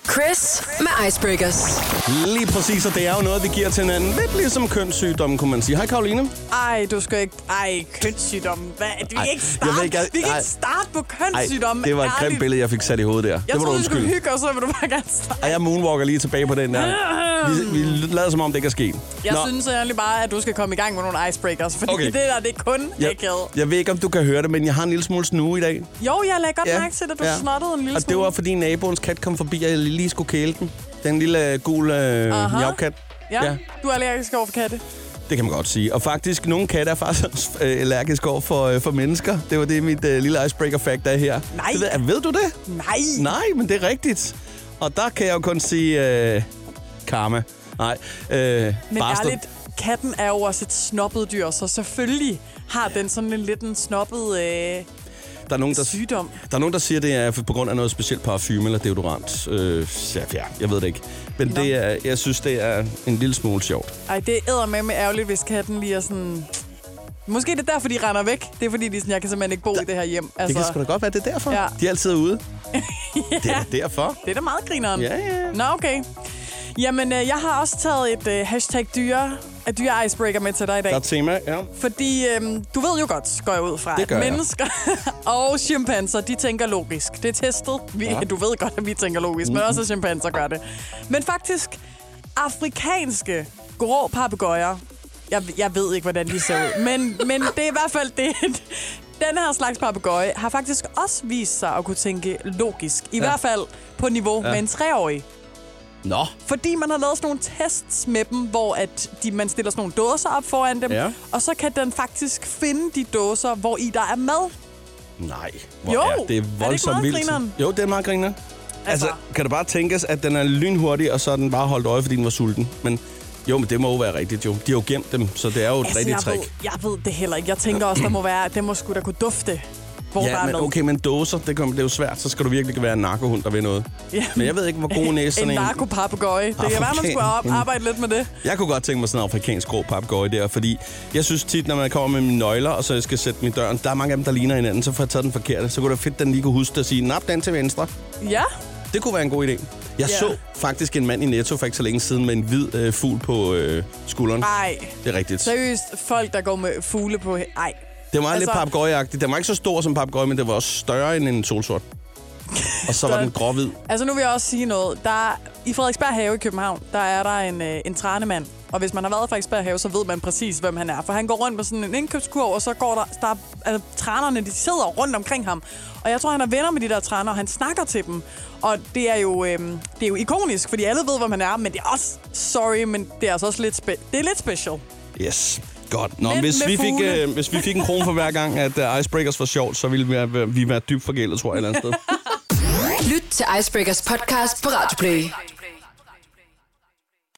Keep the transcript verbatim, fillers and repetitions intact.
Chris med Icebreakers. Lige præcis, og det er jo noget, vi giver til hinanden. Lidt ligesom kønssygdomme, kunne man sige. Hej, Karoline. Ej, du skal ikke... Ej, kønssygdomme. Hvad? Vi kan ikke starte, jeg ikke, jeg, vi kan ikke starte på kønssygdomme. Ej, det var et grimt billede, jeg fik sat i hovedet der. Jeg det var troede, du du skulle hygge, og så vil du bare gerne starte. Ej, jeg moonwalker lige tilbage på den der. Vi, vi lader som om, det ikke er sket. Jeg Nå. synes egentlig bare, at du skal komme i gang med nogle icebreakers, fordi okay. det der, det er kun jeg, akavet. Jeg ved ikke, om du kan høre det, men jeg har en lille smule snue i dag. Jo, jeg lagde godt ja. mærke til det. Du ja. snottede en lille og smule. Og det var, fordi naboens kat kom forbi, og jeg lige skulle kæle den. Den lille gule øh, miaukat. Ja. ja, du er allergisk over for katte. Det kan man godt sige. Og faktisk, nogle katte er faktisk også øh, allergiske over for, øh, for mennesker. Det var det, mit øh, lille icebreaker-fact er her. Nej. Det ved, ved du det? Nej. Nej, men det er rigtigt. Og der kan jeg jo kun sige øh, karma. Nej. Øh, men ærligt, katten er jo også et snobbet dyr, så selvfølgelig har den sådan en lidt en snobbet øh, der er nogen, der, sygdom. Der er nogen, der siger, det er på grund af noget specielt parfume eller deodorant. Øh, ja, ja, jeg ved det ikke. Men det er, jeg synes, det er en lille smule sjovt. Ej, det er eddermame ærgerligt, hvis katten lige er sådan... Måske det er derfor, de render væk. Det er fordi, de sådan, jeg kan simpelthen ikke bo da, i det her hjem. Altså... Det kan sgu da godt være, det er derfor. Ja. De er altid ude. ja. Det er derfor. Det er da meget grineren. Ja, ja. Nå, okay. Jamen, øh, jeg har også taget et øh, hashtag dyre, af dyre icebreaker med til dig i dag. Der er tema, ja. Fordi øh, du ved jo godt, går jeg ud fra, det at mennesker og chimpanser, de tænker logisk. Det er testet. Vi, ja. Du ved godt, at vi tænker logisk, mm-hmm. men også chimpanser gør det. Men faktisk, afrikanske grå papegøjer, jeg, jeg ved ikke, hvordan de ser ud, men, men det er i hvert fald det. Den her slags papegøje har faktisk også vist sig at kunne tænke logisk. I ja. hvert fald på niveau ja. med en treårig. Nå. Fordi man har lavet sådan nogle tests med dem, hvor at de, man stiller sådan nogle dåser op foran dem, ja. og så kan den faktisk finde de dåser, hvor i der er mad. Nej, hvor jo, er det voldsomt er det ikke vildt. Grineren? Jo, det er meget griner. Altså, altså, kan det bare tænkes, at den er lynhurtig, og så er den bare holdt øje, fordi den var sulten. Men jo, men det må jo være rigtigt, jo. De har jo gemt dem, så det er jo et altså, rigtigt jeg trick. ved, jeg ved det heller ikke. Jeg tænker også, der må være, det må sgu da kunne dufte. Hvor ja, men okay, men dåser, det, kan, det er jo svært. Så skal du virkelig være en narkohund, der vil noget. Ja. Men jeg ved ikke, hvor god næse sådan en... En narkopapegøje. Det kan være, man skulle op, arbejde lidt med det. Jeg kunne godt tænke mig sådan en afrikansk grå papegøje der, fordi jeg synes tit, når man kommer med mine nøgler, og så jeg skal sætte dem i døren, der er mange af dem, der ligner hinanden, så får jeg taget den forkerte. Så kunne det fedt, den lige kunne huske at sige, nap den til venstre. Ja. Det kunne være en god idé. Jeg ja. så faktisk en mand i Netto for ikke så længe siden med en hvid øh, fugl på øh, skulderen. Nej. Det er rigtigt. Seriøst, folk, der går med fugle på... Ej. Det var altså... lidt papegøjeagtigt. Den var ikke så stor som papegøje, men det var også større end en solsort. Og så var den gråhvid. Altså nu vil jeg også sige noget. Der, I Frederiksberg Have i København, der er der en, øh, en tranemand. Og hvis man har været i Frederiksberg Have, så ved man præcis, hvem han er. For han går rundt på sådan en indkøbskurv, og så går der... der altså, tranerne, de sidder rundt omkring ham. Og jeg tror, han er venner med de der traner, og han snakker til dem. Og det er jo, øh, det er jo ikonisk, fordi alle ved, hvem han er. Men det er også... Sorry, men det er altså også lidt, spe- det er lidt special. Yes. Godt. Nå, hvis vi, fik, øh, hvis vi fik en krone for hver gang, at uh, Icebreakers var sjovt, så ville vi være, vi være dybt forgældet, tror jeg, et eller andet sted. Lyt til Icebreakers podcast på Radio Play.